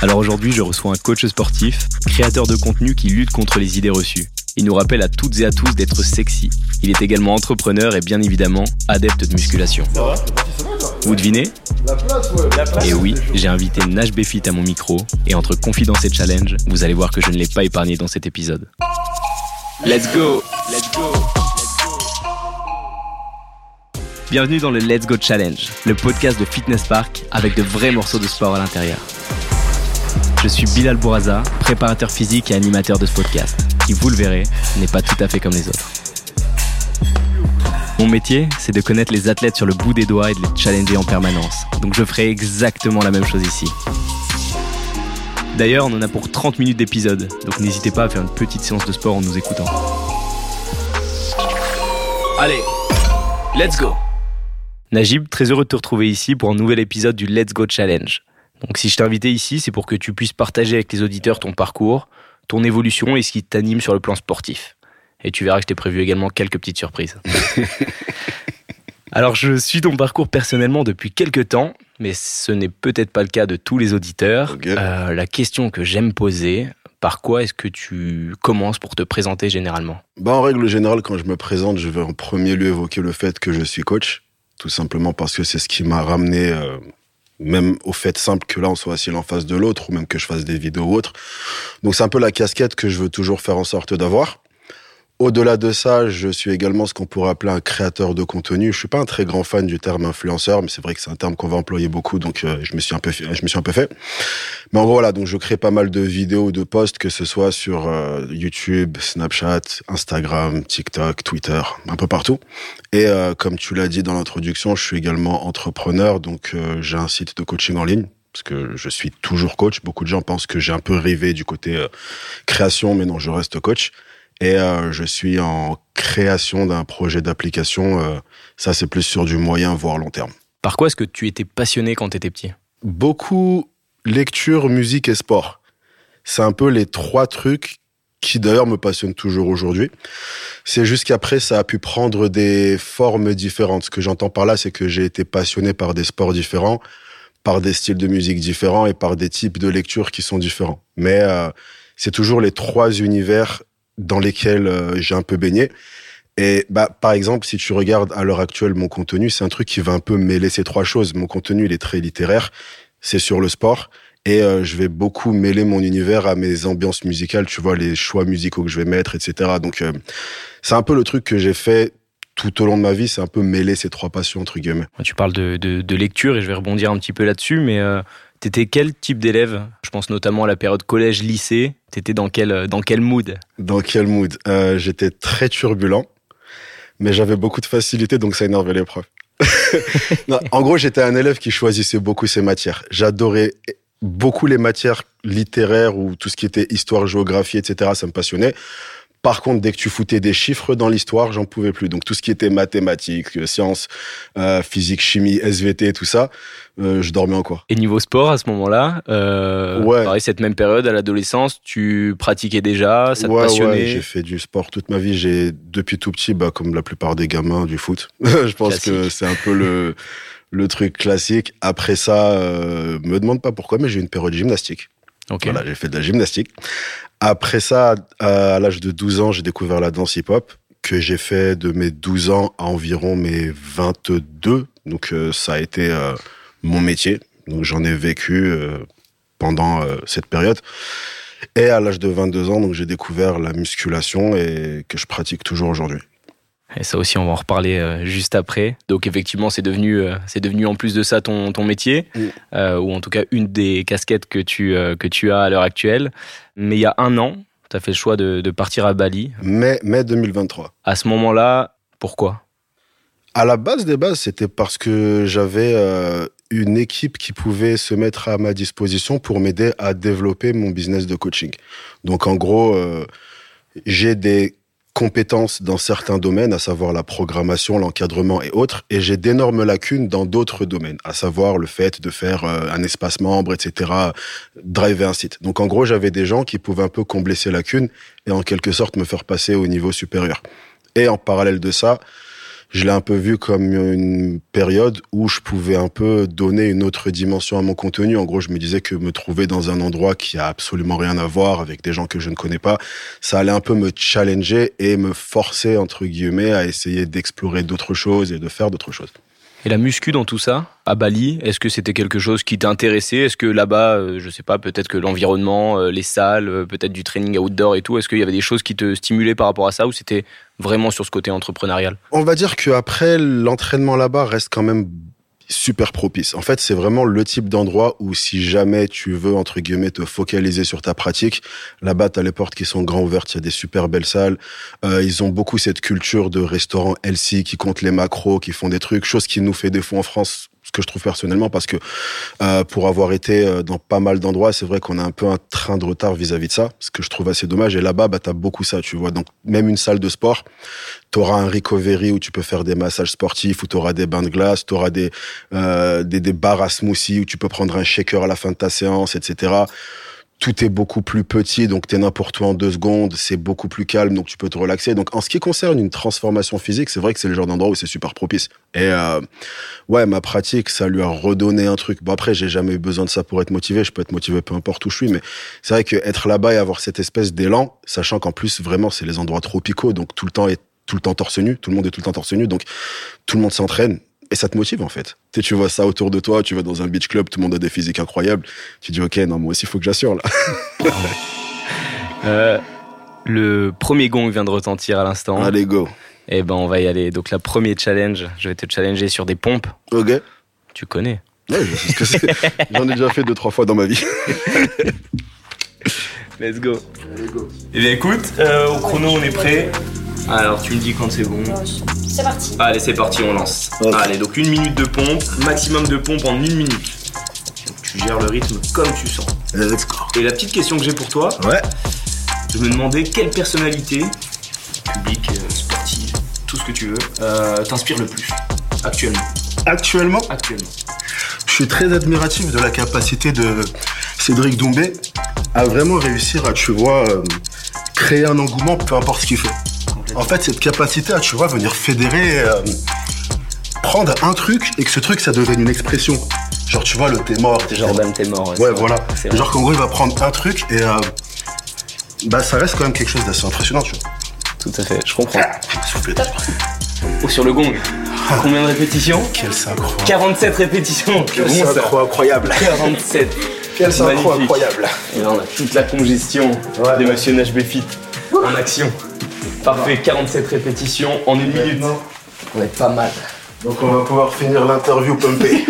Alors aujourd'hui, je reçois un coach sportif, créateur de contenu qui lutte contre les idées reçues. Il nous rappelle à toutes et à tous d'être sexy. Il est également entrepreneur et bien évidemment adepte de musculation. Ça va ? Vous devinez ? La place, Et oui, j'ai invité Nash Befit à mon micro et entre confidence et challenge, vous allez voir que je ne l'ai pas épargné dans cet épisode. Let's go ! Bienvenue dans le Let's Go Challenge, le podcast de Fitness Park avec de vrais morceaux de sport à l'intérieur. Je suis Bilal Bouraza, préparateur physique et animateur de ce podcast, qui, vous le verrez, n'est pas tout à fait comme les autres. Mon métier, c'est de connaître les athlètes sur le bout des doigts et de les challenger en permanence. Donc je ferai exactement la même chose ici. D'ailleurs, on en a pour 30 minutes d'épisode, donc n'hésitez pas à faire une petite séance de sport en nous écoutant. Allez, let's go! Najib, très heureux de te retrouver ici pour un nouvel épisode du Let's Go Challenge. Donc si je t'ai invité ici, c'est pour que tu puisses partager avec les auditeurs ton parcours, ton évolution et ce qui t'anime sur le plan sportif. Et tu verras que je t'ai prévu également quelques petites surprises. Alors je suis ton parcours personnellement depuis quelques temps, mais ce n'est peut-être pas le cas de tous les auditeurs. Okay. La question que j'aime poser, par quoi est-ce que tu commences pour te présenter généralement ? En règle générale, quand je me présente, je vais en premier lieu évoquer le fait que je suis coach. Tout simplement parce que c'est ce qui m'a ramené, même au fait simple que là, on soit assis l'un en face de l'autre, ou même que je fasse des vidéos ou autres. Donc c'est un peu la casquette que je veux toujours faire en sorte d'avoir. Au-delà de ça, je suis également ce qu'on pourrait appeler un créateur de contenu. Je suis pas un très grand fan du terme influenceur, mais c'est vrai que c'est un terme qu'on va employer beaucoup, donc je me suis un peu fait. Mais en gros, voilà, donc je crée pas mal de vidéos, de posts, que ce soit sur YouTube, Snapchat, Instagram, TikTok, Twitter, un peu partout. Et comme tu l'as dit dans l'introduction, je suis également entrepreneur, donc j'ai un site de coaching en ligne. Parce que je suis toujours coach. Beaucoup de gens pensent que j'ai un peu rêvé du côté création, mais non, je reste coach. Et je suis en création d'un projet d'application. Ça, c'est plus sur du moyen, voire long terme. Par quoi est-ce que tu étais passionné quand tu étais petit ? Beaucoup lecture, musique et sport. C'est un peu les trois trucs qui, d'ailleurs, me passionnent toujours aujourd'hui. C'est juste qu'après, ça a pu prendre des formes différentes. Ce que j'entends par là, c'est que j'ai été passionné par des sports différents, par des styles de musique différents et par des types de lecture qui sont différents. Mais c'est toujours les trois univers dans lesquels j'ai un peu baigné. Et par exemple, si tu regardes à l'heure actuelle mon contenu, c'est un truc qui va un peu mêler ces trois choses. Mon contenu, il est très littéraire, c'est sur le sport, et je vais beaucoup mêler mon univers à mes ambiances musicales, tu vois, les choix musicaux que je vais mettre, etc. Donc, c'est un peu le truc que j'ai fait tout au long de ma vie, c'est un peu mêler ces trois passions, entre guillemets. Tu parles de lecture, et je vais rebondir un petit peu là-dessus, mais t'étais quel type d'élève ? Je pense notamment à la période collège-lycée. T'étais dans quel mood ? Dans quel mood ? J'étais très turbulent, mais j'avais beaucoup de facilité, donc ça énervait les profs. Non, en gros, j'étais un élève qui choisissait beaucoup ses matières. J'adorais beaucoup les matières littéraires ou tout ce qui était histoire, géographie, etc. Ça me passionnait. Par contre, dès que tu foutais des chiffres dans l'histoire, j'en pouvais plus. Donc, tout ce qui était mathématiques, sciences, physique, chimie, SVT, tout ça, je dormais en quoi. Et niveau sport, à ce moment-là, ouais. Pareil, cette même période, à l'adolescence, tu pratiquais déjà, ça te passionnait ? Ouais, j'ai fait du sport toute ma vie. J'ai, depuis tout petit, comme la plupart des gamins, du foot. Je pense classique. Que c'est un peu le truc classique. Après ça, me demande pas pourquoi, mais j'ai eu une période de gymnastique. Okay. Voilà, j'ai fait de la gymnastique. Après ça, à l'âge de 12 ans, j'ai découvert la danse hip-hop, que j'ai fait de mes 12 ans à environ mes 22. Donc, ça a été mon métier. Donc, j'en ai vécu pendant cette période. Et à l'âge de 22 ans, donc, j'ai découvert la musculation et que je pratique toujours aujourd'hui. Et ça aussi, on va en reparler juste après. Donc effectivement, c'est devenu en plus de ça ton métier, ou en tout cas une des casquettes que tu as à l'heure actuelle. Mais il y a un an, tu as fait le choix de partir à Bali. Mai 2023. À ce moment-là, pourquoi ? À la base des bases, c'était parce que j'avais une équipe qui pouvait se mettre à ma disposition pour m'aider à développer mon business de coaching. Donc en gros, j'ai des compétences dans certains domaines, à savoir la programmation, l'encadrement et autres, et j'ai d'énormes lacunes dans d'autres domaines, à savoir le fait de faire un espace membre, etc., driver un site. Donc en gros, j'avais des gens qui pouvaient un peu combler ces lacunes et en quelque sorte me faire passer au niveau supérieur. Et en parallèle de ça, je l'ai un peu vu comme une période où je pouvais un peu donner une autre dimension à mon contenu. En gros, je me disais que me trouver dans un endroit qui a absolument rien à voir avec des gens que je ne connais pas, ça allait un peu me challenger et me forcer, entre guillemets, à essayer d'explorer d'autres choses et de faire d'autres choses. Et la muscu dans tout ça, à Bali, est-ce que c'était quelque chose qui t'intéressait? Est-ce que là-bas, je sais pas, peut-être que l'environnement, les salles, peut-être du training outdoor et tout, est-ce qu'il y avait des choses qui te stimulaient par rapport à ça ou c'était vraiment sur ce côté entrepreneurial? On va dire qu'après, l'entraînement là-bas reste quand même super propice. En fait, c'est vraiment le type d'endroit où si jamais tu veux, entre guillemets, te focaliser sur ta pratique, là-bas, t'as les portes qui sont grand ouvertes, il y a des super belles salles. Ils ont beaucoup cette culture de restaurants healthy qui comptent les macros, qui font des trucs, chose qui nous fait défaut en France, ce que je trouve personnellement, parce que pour avoir été dans pas mal d'endroits, c'est vrai qu'on a un peu un train de retard vis-à-vis de ça, ce que je trouve assez dommage. Et là-bas, t'as beaucoup ça, tu vois. Donc, même une salle de sport, t'auras un recovery où tu peux faire des massages sportifs, où t'auras des bains de glace, t'auras des bars à smoothie où tu peux prendre un shaker à la fin de ta séance, etc. Tout est beaucoup plus petit, donc t'es n'importe où en 2 secondes, c'est beaucoup plus calme, donc tu peux te relaxer. Donc en ce qui concerne une transformation physique, c'est vrai que c'est le genre d'endroit où c'est super propice. Et ouais, ma pratique, ça lui a redonné un truc. Bon après, j'ai jamais eu besoin de ça pour être motivé, je peux être motivé peu importe où je suis, mais c'est vrai qu'être là-bas et avoir cette espèce d'élan, sachant qu'en plus, vraiment, c'est les endroits tropicaux, donc tout le temps torse nu, tout le monde est tout le temps torse nu, donc tout le monde s'entraîne. Et ça te motive, en fait. Tu vois ça autour de toi, tu vas dans un beach club, tout le monde a des physiques incroyables. Tu dis, OK, non, moi aussi, il faut que j'assure, là. Le premier gong vient de retentir à l'instant. Allez, go. Eh ben, on va y aller. Donc, le premier challenge, je vais te challenger sur des pompes. OK. Tu connais. Ouais, je sais ce que c'est. J'en ai déjà fait 2-3 fois dans ma vie. Let's go. Allez, go. Eh bien, écoute, au chrono, on est prêt. Alors, tu me dis quand c'est bon. C'est parti. Allez, c'est parti, on lance. Okay. Allez, donc 1 minute de pompe, maximum de pompe en 1 minute. Donc, tu gères le rythme comme tu sens. Let's go. Et la petite question que j'ai pour toi, Ouais. je me demandais quelle personnalité, publique, sportive, tout ce que tu veux, t'inspire le plus, actuellement. Actuellement, je suis très admiratif de la capacité de Cédric Doumbé à vraiment réussir à, tu vois, créer un engouement, peu importe ce qu'il fait. En fait, cette capacité à, tu vois, venir fédérer, prendre un truc et que ce truc, ça devienne une expression. Genre, tu vois, le t'es mort. Jordan, t'es mort. Ouais, voilà. Genre qu'en gros, il va prendre un truc et ça reste quand même quelque chose d'assez impressionnant, tu vois. Tout à fait, je comprends. Soufflez. Oh, sur le gong, combien de répétitions? Quel synchro. 47 répétitions. Quel synchro incroyable. 47. Quel synchro Magnifique. incroyable. Et là, on a toute la congestion de Monsieur NHB Fit en action. Parfait, 47 répétitions en 1 minute. On est pas mal. Donc on va pouvoir finir l'interview pumpée.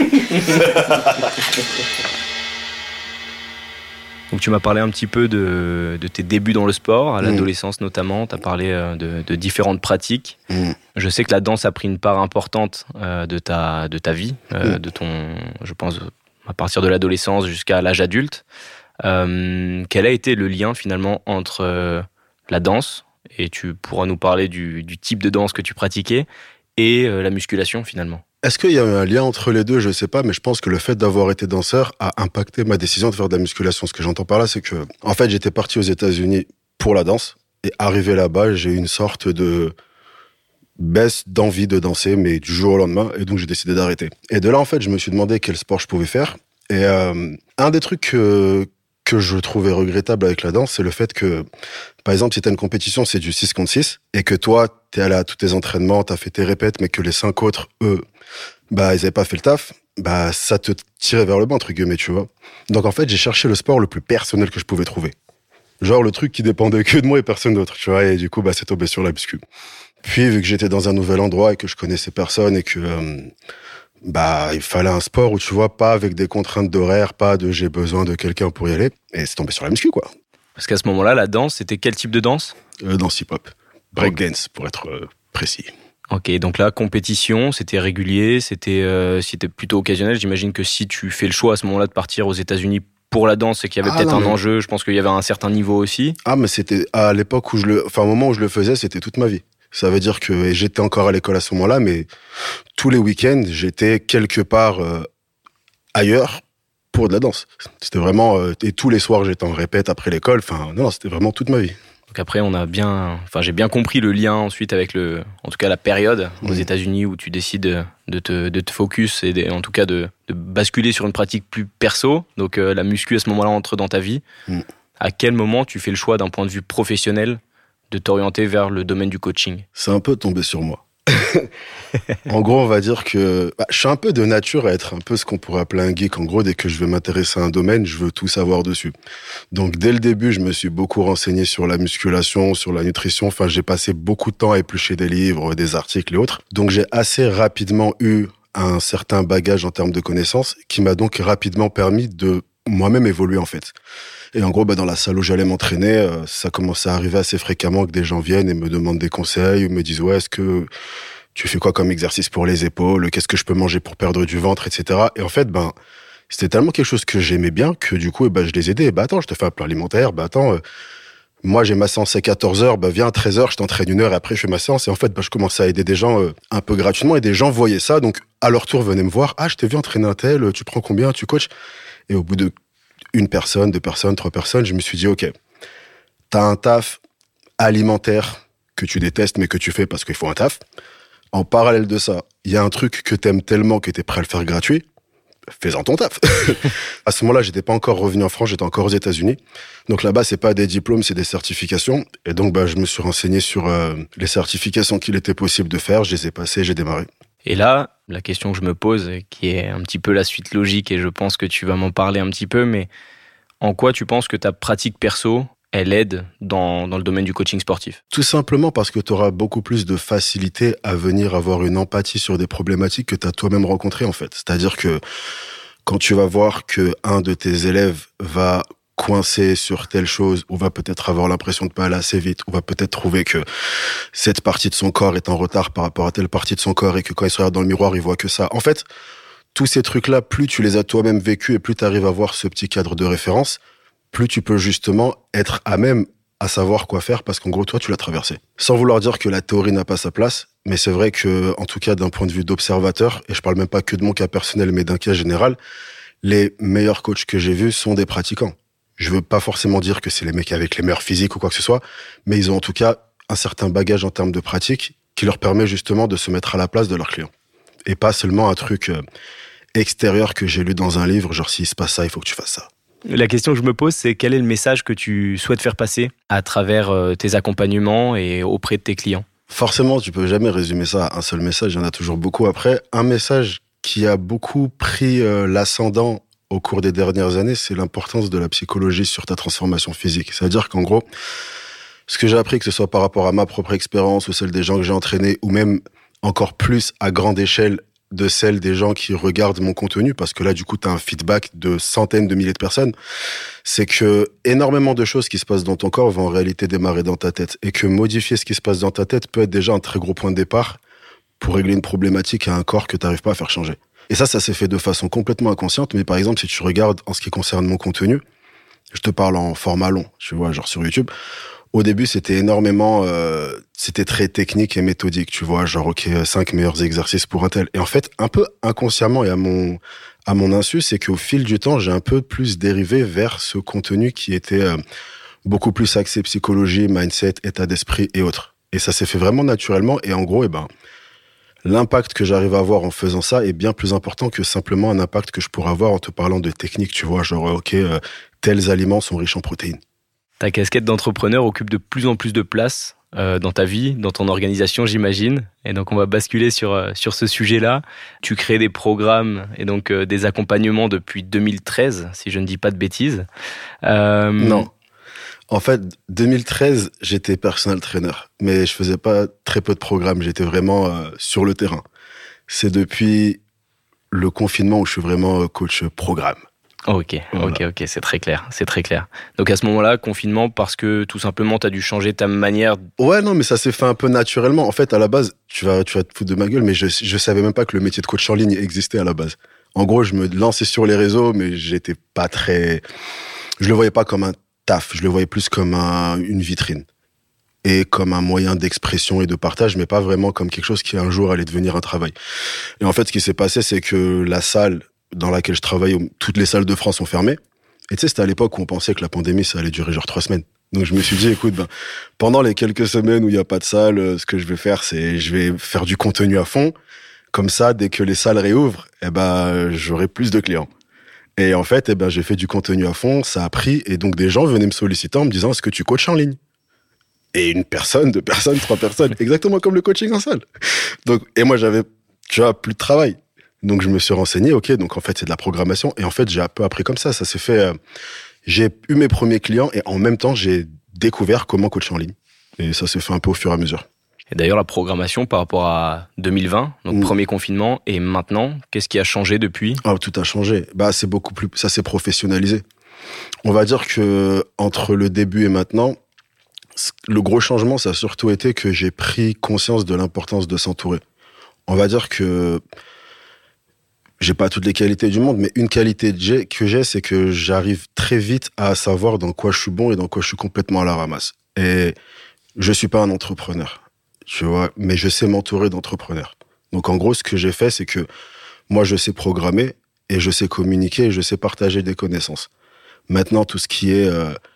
Donc tu m'as parlé un petit peu de tes débuts dans le sport, à l'adolescence notamment. Tu as parlé de différentes pratiques. Je sais que la danse a pris une part importante de ta vie, de ton, je pense, à partir de l'adolescence jusqu'à l'âge adulte. Quel a été le lien finalement entre la danse, et tu pourras nous parler du type de danse que tu pratiquais, et la musculation finalement? Est-ce qu'il y a un lien entre les deux? Je sais pas, mais je pense que le fait d'avoir été danseur a impacté ma décision de faire de la musculation. Ce que j'entends par là, c'est que, en fait, j'étais parti aux États-Unis pour la danse, et arrivé là-bas, j'ai eu une sorte de baisse d'envie de danser, mais du jour au lendemain, et donc j'ai décidé d'arrêter. Et de là, en fait, je me suis demandé quel sport je pouvais faire. Et un des trucs que je trouvais regrettable avec la danse, c'est le fait que, par exemple, si t'as une compétition, c'est du 6 contre 6, et que toi, t'es allé à tous tes entraînements, t'as fait tes répètes, mais que les 5 autres, eux, ils avaient pas fait le taf, ça te tirait vers le bas, entre guillemets, tu vois. Donc, en fait, j'ai cherché le sport le plus personnel que je pouvais trouver. Genre, le truc qui dépendait que de moi et personne d'autre, tu vois, et du coup, c'est tombé sur la muscu. Puis, vu que j'étais dans un nouvel endroit et que je connaissais personne et que, il fallait un sport où, tu vois, pas avec des contraintes d'horaire, pas de j'ai besoin de quelqu'un pour y aller, et c'est tombé sur la muscu, quoi. Parce qu'à ce moment-là, la danse, c'était quel type de danse? Danse hip-hop. Breakdance, pour être précis. Ok, donc là, compétition, c'était régulier, c'était plutôt occasionnel. J'imagine que si tu fais le choix à ce moment-là de partir aux États-Unis pour la danse, c'est qu'il y avait peut-être un enjeu. Je pense qu'il y avait un certain niveau aussi. Ah, mais c'était à l'époque au moment où je le faisais, c'était toute ma vie. Ça veut dire que et j'étais encore à l'école à ce moment-là, mais tous les week-ends, j'étais quelque part ailleurs pour de la danse. C'était vraiment et tous les soirs, j'étais en répète après l'école. Enfin, non, c'était vraiment toute ma vie. Donc après, j'ai bien compris le lien ensuite avec en tout cas la période aux États-Unis où tu décides de te focus et en tout cas de basculer sur une pratique plus perso. Donc la muscu à ce moment-là entre dans ta vie. À quel moment tu fais le choix d'un point de vue professionnel de t'orienter vers le domaine du coaching? C'est un peu tombé sur moi. En gros, on va dire que je suis un peu de nature à être un peu ce qu'on pourrait appeler un geek. En gros, dès que je veux m'intéresser à un domaine, je veux tout savoir dessus. Donc, dès le début, je me suis beaucoup renseigné sur la musculation, sur la nutrition. Enfin, j'ai passé beaucoup de temps à éplucher des livres, des articles et autres. Donc, j'ai assez rapidement eu un certain bagage en termes de connaissances qui m'a donc rapidement permis de moi-même évoluer, en fait. Et en gros, dans la salle où j'allais m'entraîner, ça commençait à arriver assez fréquemment que des gens viennent et me demandent des conseils ou me disent « Ouais, est-ce que tu fais quoi comme exercice pour les épaules? Qu'est-ce que je peux manger pour perdre du ventre, etc. » Et en fait, c'était tellement quelque chose que j'aimais bien que du coup, je les aidais. Attends, je te fais un plan alimentaire. Moi, j'ai ma séance à 14h. Viens à 13h, je t'entraîne 1 heure et après, je fais ma séance. Et en fait, je commençais à aider des gens un peu gratuitement et des gens voyaient ça. Donc, à leur tour, venaient me voir. Ah, je t'ai vu entraîner un tel. Tu prends combien? Tu coaches? Et au bout de 1 personne, 2 personnes, 3 personnes, je me suis dit, OK, t'as un taf alimentaire que tu détestes, mais que tu fais parce qu'il faut un taf. En parallèle de ça, il y a un truc que t'aimes tellement que t'es prêt à le faire gratuit. Fais-en ton taf. À ce moment-là, j'étais pas encore revenu en France, j'étais encore aux États-Unis. Donc là-bas, c'est pas des diplômes, c'est des certifications. Et donc, je me suis renseigné sur les certifications qu'il était possible de faire. Je les ai passées, j'ai démarré. Et là, la question que je me pose, qui est un petit peu la suite logique, et je pense que tu vas m'en parler un petit peu, mais en quoi tu penses que ta pratique perso, elle aide dans le domaine du coaching sportif? Tout simplement parce que tu auras beaucoup plus de facilité à venir avoir une empathie sur des problématiques que tu as toi-même rencontrées, en fait. C'est-à-dire que quand tu vas voir que un de tes élèves va coincé sur telle chose, ou va peut-être avoir l'impression de pas aller assez vite, ou va peut-être trouver que cette partie de son corps est en retard par rapport à telle partie de son corps et que quand il se regarde dans le miroir, il voit que ça. En fait, tous ces trucs-là, plus tu les as toi-même vécus et plus tu arrives à voir ce petit cadre de référence, plus tu peux justement être à même à savoir quoi faire parce qu'en gros, toi, tu l'as traversé. Sans vouloir dire que la théorie n'a pas sa place, mais c'est vrai que, en tout cas, d'un point de vue d'observateur, et je parle même pas que de mon cas personnel, mais d'un cas général, les meilleurs coachs que j'ai vus sont des pratiquants. Je veux pas forcément dire que c'est les mecs avec les meilleurs physiques ou quoi que ce soit, mais ils ont en tout cas un certain bagage en termes de pratique qui leur permet justement de se mettre à la place de leurs clients. Et pas seulement un truc extérieur que j'ai lu dans un livre, genre s'il se passe ça, il faut que tu fasses ça. La question que je me pose, c'est quel est le message que tu souhaites faire passer à travers tes accompagnements et auprès de tes clients? Forcément, tu peux jamais résumer ça à un seul message, il y en a toujours beaucoup. Après, un message qui a beaucoup pris l'ascendant au cours des dernières années, c'est l'importance de la psychologie sur ta transformation physique. C'est-à-dire qu'en gros, ce que j'ai appris, que ce soit par rapport à ma propre expérience ou celle des gens que j'ai entraînés, ou même encore plus à grande échelle de celle des gens qui regardent mon contenu, parce que là, du coup, tu as un feedback de centaines de milliers de personnes, c'est que énormément de choses qui se passent dans ton corps vont en réalité démarrer dans ta tête. Et que modifier ce qui se passe dans ta tête peut être déjà un très gros point de départ pour régler une problématique à un corps que tu n'arrives pas à faire changer. Et ça s'est fait de façon complètement inconsciente. Mais par exemple, si tu regardes en ce qui concerne mon contenu, je te parle en format long, tu vois, genre sur YouTube. Au début, c'était énormément, c'était très technique et méthodique, tu vois, genre, OK, 5 meilleurs exercices pour un tel. Et en fait, un peu inconsciemment et à mon insu, c'est qu'au fil du temps, j'ai un peu plus dérivé vers ce contenu qui était beaucoup plus axé psychologie, mindset, état d'esprit et autres. Et ça s'est fait vraiment naturellement. Et en gros, l'impact que j'arrive à avoir en faisant ça est bien plus important que simplement un impact que je pourrais avoir en te parlant de technique, tu vois, genre, OK, tels aliments sont riches en protéines. Ta casquette d'entrepreneur occupe de plus en plus de place dans ta vie, dans ton organisation, j'imagine. Et donc, on va basculer sur ce sujet-là. Tu crées des programmes et donc des accompagnements depuis 2013, si je ne dis pas de bêtises. Non. En fait, 2013, j'étais personal trainer, mais je faisais pas très peu de programmes. J'étais vraiment sur le terrain. C'est depuis le confinement où je suis vraiment coach programme. Ok, c'est très clair, c'est très clair. Donc à ce moment-là, confinement, parce que tout simplement, tu as dû changer ta manière. Ouais, non, mais ça s'est fait un peu naturellement. En fait, à la base, tu vas te foutre de ma gueule, mais je savais même pas que le métier de coach en ligne existait à la base. En gros, je me lançais sur les réseaux, mais j'étais pas très... Je le voyais pas comme un taf, je le voyais plus comme une vitrine. Et comme un moyen d'expression et de partage, mais pas vraiment comme quelque chose qui un jour allait devenir un travail. Et en fait, ce qui s'est passé, c'est que la salle dans laquelle je travaille, toutes les salles de France ont fermé. Et tu sais, c'était à l'époque où on pensait que la pandémie, ça allait durer genre 3 semaines. Donc je me suis dit, écoute, pendant les quelques semaines où il n'y a pas de salle, ce que je vais faire, c'est je vais faire du contenu à fond. Comme ça, dès que les salles réouvrent, j'aurai plus de clients. Et en fait, j'ai fait du contenu à fond, ça a pris, et donc des gens venaient me solliciter en me disant, est-ce que tu coaches en ligne? Et une personne, 2 personnes, 3 personnes, exactement comme le coaching en salle. Donc, et moi, j'avais, plus de travail. Donc, je me suis renseigné, ok, donc en fait, c'est de la programmation. Et en fait, j'ai un peu appris comme ça. Ça s'est fait, j'ai eu mes premiers clients et en même temps, j'ai découvert comment coacher en ligne. Et ça s'est fait un peu au fur et à mesure. Et d'ailleurs, la programmation par rapport à 2020, donc premier confinement, et maintenant, qu'est-ce qui a changé depuis? Tout a changé. C'est beaucoup plus, ça s'est professionnalisé. On va dire que entre le début et maintenant, le gros changement, ça a surtout été que j'ai pris conscience de l'importance de s'entourer. On va dire que j'ai pas toutes les qualités du monde, mais une qualité que j'ai, c'est que j'arrive très vite à savoir dans quoi je suis bon et dans quoi je suis complètement à la ramasse. Et je suis pas un entrepreneur, tu vois, mais je sais m'entourer d'entrepreneurs. Donc en gros, ce que j'ai fait, c'est que moi, je sais programmer et je sais communiquer et je sais partager des connaissances. Maintenant, tout ce qui est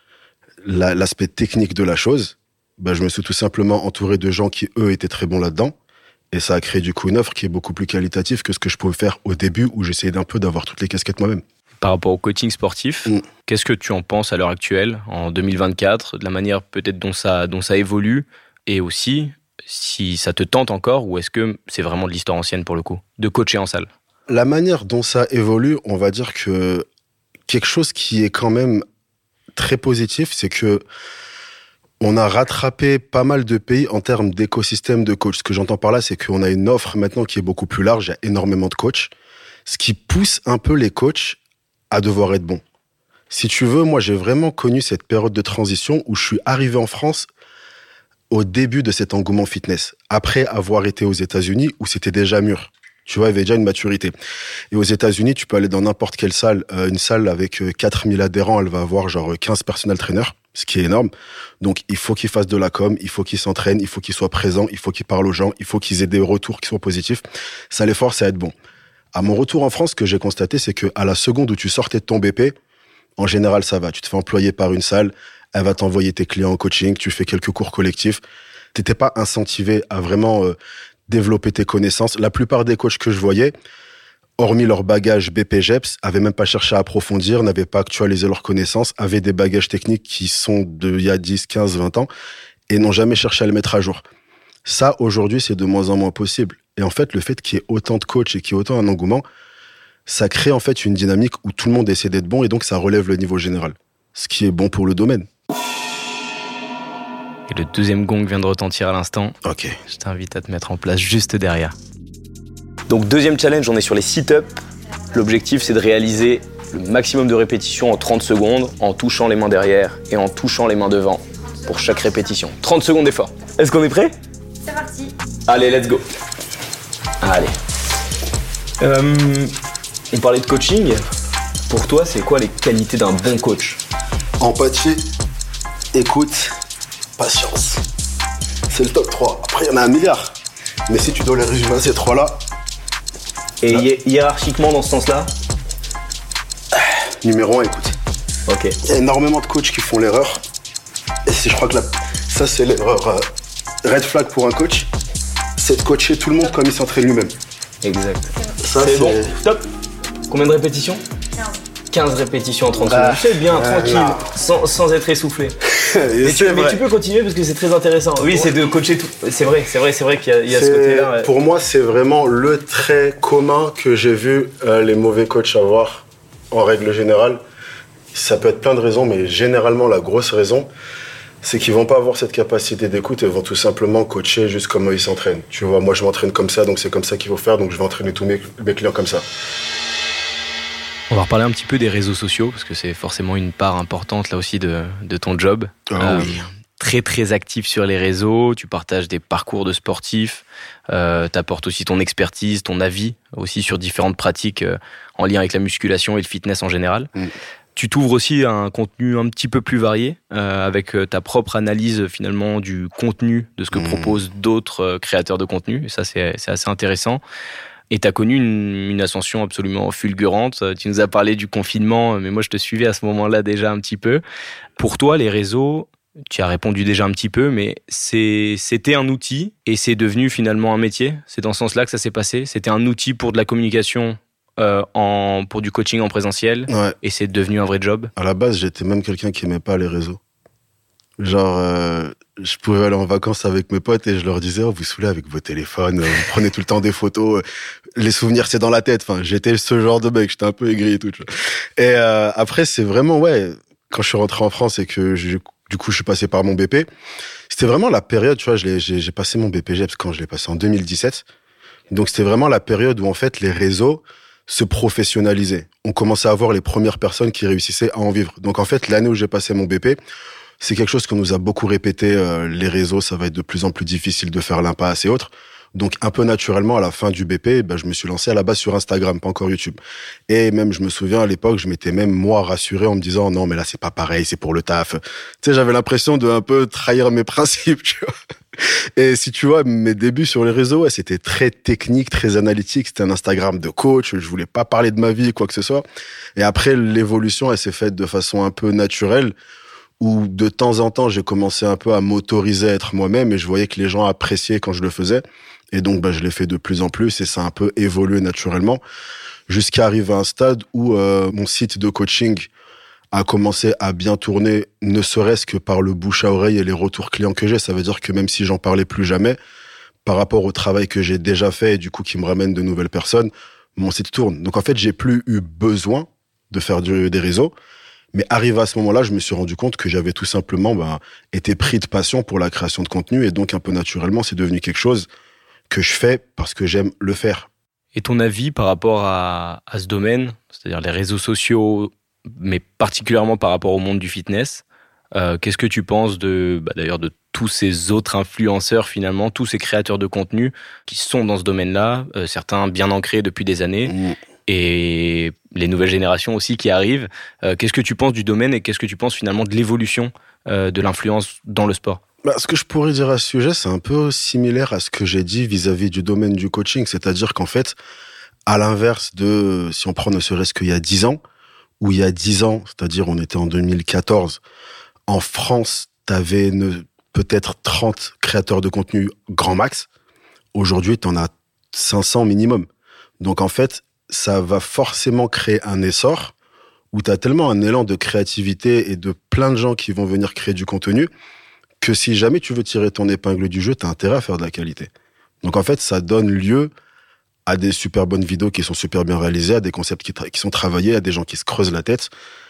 l'aspect technique de la chose, je me suis tout simplement entouré de gens qui, eux, étaient très bons là-dedans. Et ça a créé du coup une offre qui est beaucoup plus qualitative que ce que je pouvais faire au début où j'essayais d'un peu d'avoir toutes les casquettes moi-même. Par rapport au coaching sportif, qu'est-ce que tu en penses à l'heure actuelle, en 2024, de la manière peut-être dont ça évolue, et aussi si ça te tente encore ou est-ce que c'est vraiment de l'histoire ancienne pour le coup, de coacher en salle? La manière dont ça évolue, on va dire que quelque chose qui est quand même très positif, c'est que on a rattrapé pas mal de pays en termes d'écosystème de coach. Ce que j'entends par là, c'est qu'on a une offre maintenant qui est beaucoup plus large, il y a énormément de coachs, ce qui pousse un peu les coachs à devoir être bons. Si tu veux, moi j'ai vraiment connu cette période de transition où je suis arrivé en France au début de cet engouement fitness, après avoir été aux États-Unis où c'était déjà mûr. Tu vois, il y avait déjà une maturité. Et aux États-Unis, tu peux aller dans n'importe quelle salle. Une salle avec 4000 adhérents, elle va avoir genre 15 personal trainers, ce qui est énorme. Donc, il faut qu'ils fassent de la com, il faut qu'ils s'entraînent, il faut qu'ils soient présents, il faut qu'ils parlent aux gens, il faut qu'ils aient des retours qui soient positifs. Ça les force à être bons. À mon retour en France, ce que j'ai constaté, c'est que à la seconde où tu sortais de ton BP, en général, ça va. Tu te fais employer par une salle, elle va t'envoyer tes clients en coaching, tu fais quelques cours collectifs. T'étais pas incentivé à vraiment développer tes connaissances. La plupart des coachs que je voyais, hormis leur bagage BPGEPS, avaient même pas cherché à approfondir, n'avaient pas actualisé leurs connaissances, avaient des bagages techniques qui sont d'il y a 10, 15, 20 ans et n'ont jamais cherché à le mettre à jour. Ça, aujourd'hui, c'est de moins en moins possible. Et en fait, le fait qu'il y ait autant de coachs et qu'il y ait autant un engouement, ça crée en fait une dynamique où tout le monde essaie d'être bon et donc ça relève le niveau général. Ce qui est bon pour le domaine. Et le deuxième gong vient de retentir à l'instant. Ok. Je t'invite à te mettre en place juste derrière. Donc deuxième challenge, on est sur les sit-ups. L'objectif, c'est de réaliser le maximum de répétitions en 30 secondes en touchant les mains derrière et en touchant les mains devant pour chaque répétition. 30 secondes d'effort. Est-ce qu'on est prêt? C'est parti. Allez, let's go. Allez. On parlait de coaching. Pour toi, c'est quoi les qualités d'un bon coach? Empathie, écoute, patience. C'est le top 3. Après, il y en a un milliard. Mais si tu dois les résumer à ces 3-là... Et hiérarchiquement, dans ce sens-là? Numéro 1, écoute. Ok. Il y a énormément de coachs qui font l'erreur. Et je crois que ça, c'est l'erreur red flag pour un coach. C'est de coacher tout le monde comme il s'entraîne lui-même. Exact. Ça, c'est bon. Stop. Combien de répétitions? 15 répétitions en 30 secondes. C'est bien, tranquille, sans être essoufflé. mais tu peux continuer parce que c'est très intéressant. Oui, c'est de coacher tout. C'est vrai qu'il y a ce côté-là. Ouais. Pour moi, c'est vraiment le trait commun que j'ai vu les mauvais coachs avoir en règle générale. Ça peut être plein de raisons, mais généralement, la grosse raison, c'est qu'ils vont pas avoir cette capacité d'écoute et vont tout simplement coacher juste comme ils s'entraînent. Tu vois, moi, je m'entraîne comme ça, donc c'est comme ça qu'il faut faire, donc je vais entraîner tous mes clients comme ça. On va reparler un petit peu des réseaux sociaux, parce que c'est forcément une part importante là aussi de ton job. Oui. Très très actif sur les réseaux, tu partages des parcours de sportifs, t'apportes aussi ton expertise, ton avis aussi sur différentes pratiques en lien avec la musculation et le fitness en général. Tu t'ouvres aussi à un contenu un petit peu plus varié, avec ta propre analyse finalement du contenu, de ce que proposent d'autres créateurs de contenu, et ça c'est assez intéressant. Et tu as connu une ascension absolument fulgurante. Tu nous as parlé du confinement, mais moi je te suivais à ce moment-là déjà un petit peu. Pour toi, les réseaux, Tu as répondu déjà un petit peu, mais c'était un outil et c'est devenu finalement un métier. C'est dans ce sens-là que ça s'est passé. C'était un outil pour de la communication, pour du coaching en présentiel, Ouais. et c'est devenu un vrai job. À la base, j'étais même quelqu'un qui aimait pas les réseaux. Genre, je pouvais aller en vacances avec mes potes et je leur disais, oh, vous saoulez avec vos téléphones, vous prenez tout le temps des photos, les souvenirs c'est dans la tête. Enfin, j'étais ce genre de mec, j'étais un peu aigri et tout. Tu vois. Et après, c'est vraiment, quand je suis rentré en France et que du coup je suis passé par mon BP, c'était vraiment la période, tu vois, j'ai passé mon BPGEPS quand je l'ai passé en 2017. Donc c'était vraiment la période où en fait les réseaux se professionnalisaient. On commençait à voir les premières personnes qui réussissaient à en vivre. Donc en fait, l'année où j'ai passé mon BP, c'est quelque chose qu'on nous a beaucoup répété, les réseaux, ça va être de plus en plus difficile de faire l'impasse et autres. Donc, un peu naturellement, à la fin du BP, je me suis lancé à la base sur Instagram, pas encore YouTube. Et même, je me souviens, à l'époque, je m'étais même, moi, rassuré en me disant, non, mais là, c'est pas pareil, c'est pour le taf. Tu sais, j'avais l'impression de un peu trahir mes principes, tu vois. Et si tu vois, mes débuts sur les réseaux, c'était très technique, très analytique. C'était un Instagram de coach. Je voulais pas parler de ma vie, quoi que ce soit. Et après, l'évolution, elle s'est faite de façon un peu naturelle, où de temps en temps, j'ai commencé un peu à m'autoriser à être moi-même et je voyais que les gens appréciaient quand je le faisais. Et donc, je l'ai fait de plus en plus et ça a un peu évolué naturellement jusqu'à arriver à un stade où mon site de coaching a commencé à bien tourner, ne serait-ce que par le bouche à oreille et les retours clients que j'ai. Ça veut dire que même si j'en parlais plus jamais, par rapport au travail que j'ai déjà fait et du coup qui me ramène de nouvelles personnes, mon site tourne. Donc en fait, j'ai plus eu besoin de faire des réseaux. Mais arrivé à ce moment-là, je me suis rendu compte que j'avais tout simplement été pris de passion pour la création de contenu et donc un peu naturellement, c'est devenu quelque chose que je fais parce que j'aime le faire. Et ton avis par rapport à ce domaine, c'est-à-dire les réseaux sociaux, mais particulièrement par rapport au monde du fitness, qu'est-ce que tu penses d'ailleurs de tous ces autres influenceurs finalement, tous ces créateurs de contenu qui sont dans ce domaine-là, certains bien ancrés depuis des années et les nouvelles générations aussi qui arrivent. Qu'est-ce que tu penses du domaine et qu'est-ce que tu penses finalement de l'évolution de l'influence dans le sport ? Ce que je pourrais dire à ce sujet, c'est un peu similaire à ce que j'ai dit vis-à-vis du domaine du coaching. C'est-à-dire qu'en fait, à l'inverse de, si on prend ne serait-ce qu'il y a 10 ans, où il y a 10 ans, c'est-à-dire on était en 2014, en France, t'avais peut-être 30 créateurs de contenu grand max. Aujourd'hui, t'en as 500 minimum. Donc en fait, ça va forcément créer un essor où t'as tellement un élan de créativité et de plein de gens qui vont venir créer du contenu que si jamais tu veux tirer ton épingle du jeu, t'as intérêt à faire de la qualité. Donc en fait, ça donne lieu à des super bonnes vidéos qui sont super bien réalisées, à des concepts qui sont travaillés, à des gens qui se creusent la tête,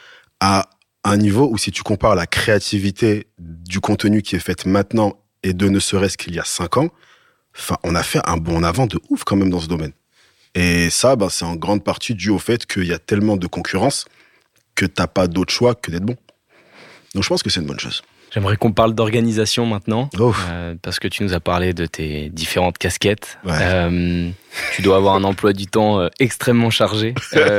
à un niveau où si tu compares la créativité du contenu qui est fait maintenant et de ne serait-ce qu'il y a 5 ans, on a fait un bond en avant de ouf quand même dans ce domaine. Et ça, c'est en grande partie dû au fait qu'il y a tellement de concurrence que t'as pas d'autre choix que d'être bon. Donc je pense que c'est une bonne chose. J'aimerais qu'on parle d'organisation maintenant, parce que tu nous as parlé de tes différentes casquettes. Ouais. Tu dois avoir un emploi du temps extrêmement chargé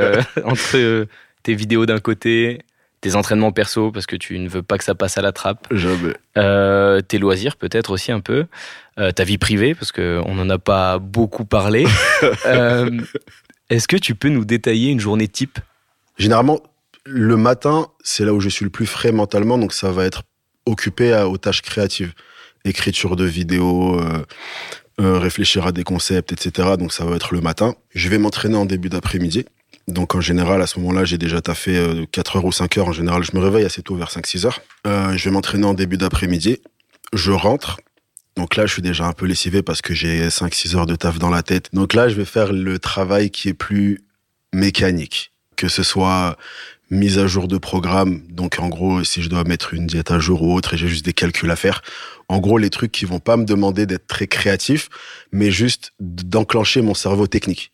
entre tes vidéos d'un côté, tes entraînements perso, parce que tu ne veux pas que ça passe à la trappe. Jamais. Tes loisirs peut-être aussi un peu. Ta vie privée, parce qu'on n'en a pas beaucoup parlé. Est-ce que tu peux nous détailler une journée type ? Généralement, le matin, c'est là où je suis le plus frais mentalement, donc ça va être occupé aux tâches créatives. Écriture de vidéos, réfléchir à des concepts, etc. Donc ça va être le matin. Je vais m'entraîner en début d'après-midi. Donc en général, à ce moment-là, j'ai déjà taffé 4 heures ou 5 heures. En général, je me réveille assez tôt, vers 5-6 heures. Je vais m'entraîner en début d'après-midi. Je rentre. Donc là, je suis déjà un peu lessivé parce que j'ai 5-6 heures de taf dans la tête. Donc là, je vais faire le travail qui est plus mécanique. Que ce soit mise à jour de programme. Donc en gros, si je dois mettre une diète à jour ou autre et j'ai juste des calculs à faire. En gros, les trucs qui vont pas me demander d'être très créatif, mais juste d'enclencher mon cerveau technique.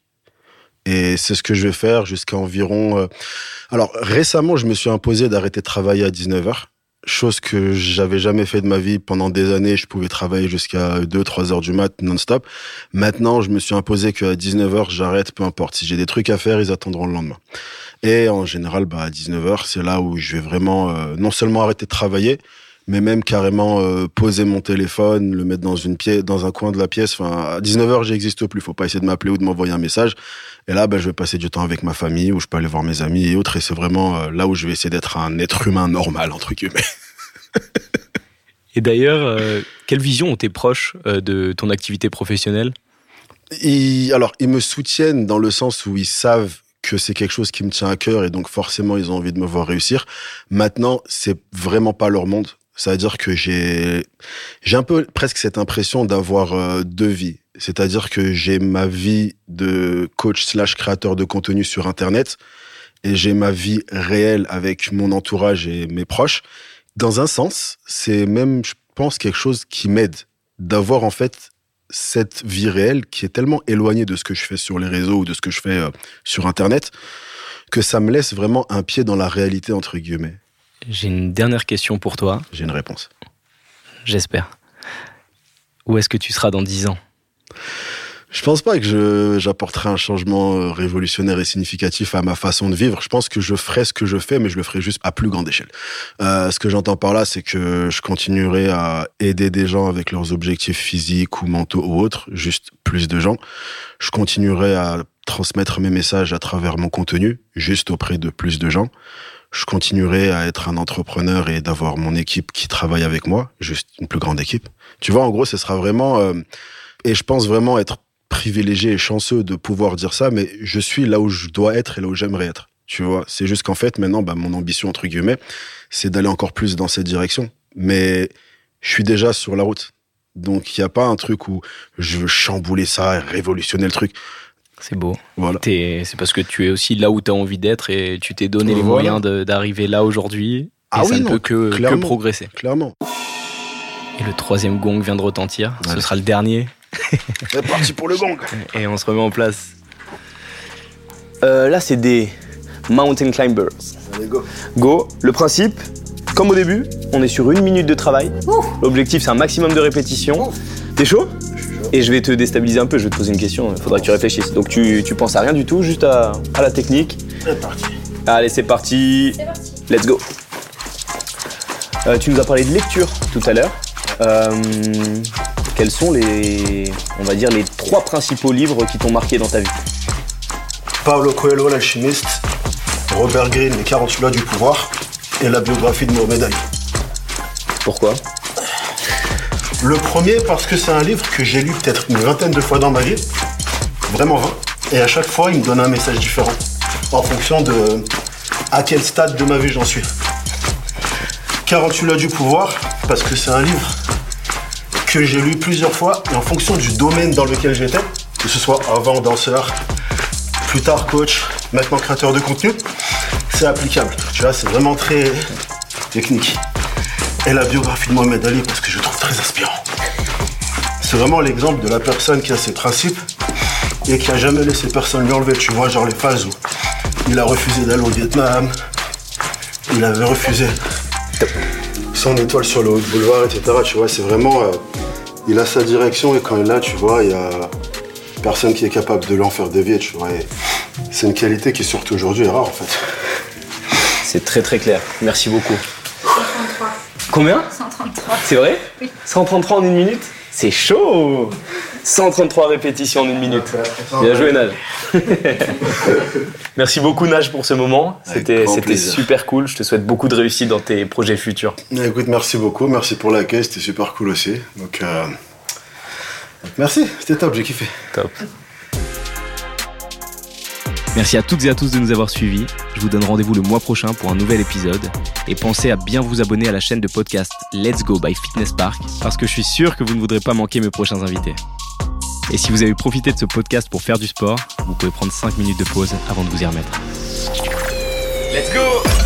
Et c'est ce que je vais faire jusqu'à environ... Alors, récemment, je me suis imposé d'arrêter de travailler à 19h. Chose que j'avais jamais fait de ma vie. Pendant des années, je pouvais travailler jusqu'à 2-3 heures du mat, non-stop. Maintenant, je me suis imposé qu'à 19h, j'arrête, peu importe. Si j'ai des trucs à faire, ils attendront le lendemain. Et en général, à 19h, c'est là où je vais vraiment non seulement arrêter de travailler, mais même carrément poser mon téléphone, le mettre dans un coin de la pièce. Enfin, à 19h, j'existe plus. Faut pas essayer de m'appeler ou de m'envoyer un message. Et là, je vais passer du temps avec ma famille, où je peux aller voir mes amis et autres. Et c'est vraiment là où je vais essayer d'être un être humain normal, entre guillemets. Et d'ailleurs, quelle vision ont tes proches de ton activité professionnelle ? Ils me soutiennent dans le sens où ils savent que c'est quelque chose qui me tient à cœur et donc forcément ils ont envie de me voir réussir. Maintenant, c'est vraiment pas leur monde. C'est-à-dire que j'ai un peu presque cette impression d'avoir deux vies. C'est-à-dire que j'ai ma vie de coach / créateur de contenu sur Internet et j'ai ma vie réelle avec mon entourage et mes proches. Dans un sens, c'est même, je pense, quelque chose qui m'aide d'avoir en fait cette vie réelle qui est tellement éloignée de ce que je fais sur les réseaux ou de ce que je fais sur Internet que ça me laisse vraiment un pied dans la réalité, entre guillemets. J'ai une dernière question pour toi. J'ai une réponse. J'espère. Où est-ce que tu seras dans 10 ans ? Je pense pas que j'apporterai un changement révolutionnaire et significatif à ma façon de vivre. Je pense que je ferai ce que je fais, mais je le ferai juste à plus grande échelle. Ce que j'entends par là, c'est que je continuerai à aider des gens avec leurs objectifs physiques ou mentaux ou autres, juste plus de gens. Je continuerai à transmettre mes messages à travers mon contenu, juste auprès de plus de gens. Je continuerai à être un entrepreneur et d'avoir mon équipe qui travaille avec moi, juste une plus grande équipe. Tu vois, en gros, ce sera vraiment... et je pense vraiment être privilégié et chanceux de pouvoir dire ça, mais je suis là où je dois être et là où j'aimerais être. Tu vois, c'est juste qu'en fait, maintenant, mon ambition, entre guillemets, c'est d'aller encore plus dans cette direction. Mais je suis déjà sur la route. Donc, il n'y a pas un truc où je veux chambouler ça et révolutionner le truc. C'est beau. Voilà. C'est parce que tu es aussi là où tu as envie d'être et tu t'es donné les moyens d'arriver là aujourd'hui. Et ça ne peut que progresser. Clairement. Et le 3e gong vient de retentir. Allez. Ce sera le dernier. C'est parti pour le gong. Et on se remet en place. Là, c'est des mountain climbers. Allez, go. Go. Le principe, comme au début, on est sur 1 minute de travail. L'objectif, c'est un maximum de répétitions. T'es chaud ? Et je vais te déstabiliser un peu, je vais te poser une question, il faudra que tu réfléchisses. Donc tu penses à rien du tout, juste à la technique. C'est parti. Allez, c'est parti. Let's go. Tu nous as parlé de lecture tout à l'heure. Quels sont les 3 principaux livres qui t'ont marqué dans ta vie ? Paulo Coelho, l'alchimiste, Robert Greene, les 48 lois du pouvoir et la biographie de Mohamed Ali. Pourquoi ? Le premier parce que c'est un livre que j'ai lu peut-être une 20aine de fois dans ma vie, vraiment 20, et à chaque fois il me donne un message différent, en fonction de à quel stade de ma vie j'en suis. 48 lois du pouvoir, parce que c'est un livre que j'ai lu plusieurs fois, et en fonction du domaine dans lequel j'étais, que ce soit avant danseur, plus tard coach, maintenant créateur de contenu, c'est applicable. Tu vois, c'est vraiment très technique. Et la biographie de Mohamed Ali, parce que je trouve très inspirant. C'est vraiment l'exemple de la personne qui a ses principes et qui a jamais laissé personne lui enlever. Tu vois, genre les phases où il a refusé d'aller au Vietnam, il avait refusé son étoile sur le haut boulevard, etc. Tu vois, c'est vraiment... il a sa direction et quand il l'a, tu vois, il y a personne qui est capable de lui en faire dévier, tu vois. Et c'est une qualité qui, surtout aujourd'hui, est rare, en fait. C'est très très clair. Merci beaucoup. 133. Combien ? 133. C'est vrai ? Oui. 133 en 1 minute ? C'est chaud ! 133 répétitions en 1 minute. Bien joué, Nage. Merci beaucoup, Nage, pour ce moment. C'était super cool. Je te souhaite beaucoup de réussite dans tes projets futurs. Écoute, merci beaucoup. Merci pour l'accueil. C'était super cool aussi. Donc, merci. C'était top. J'ai kiffé. Top. Merci à toutes et à tous de nous avoir suivis. Je vous donne rendez-vous le mois prochain pour un nouvel épisode. Et pensez à bien vous abonner à la chaîne de podcast Let's Go by Fitness Park parce que je suis sûr que vous ne voudrez pas manquer mes prochains invités. Et si vous avez profité de ce podcast pour faire du sport, vous pouvez prendre 5 minutes de pause avant de vous y remettre. Let's go!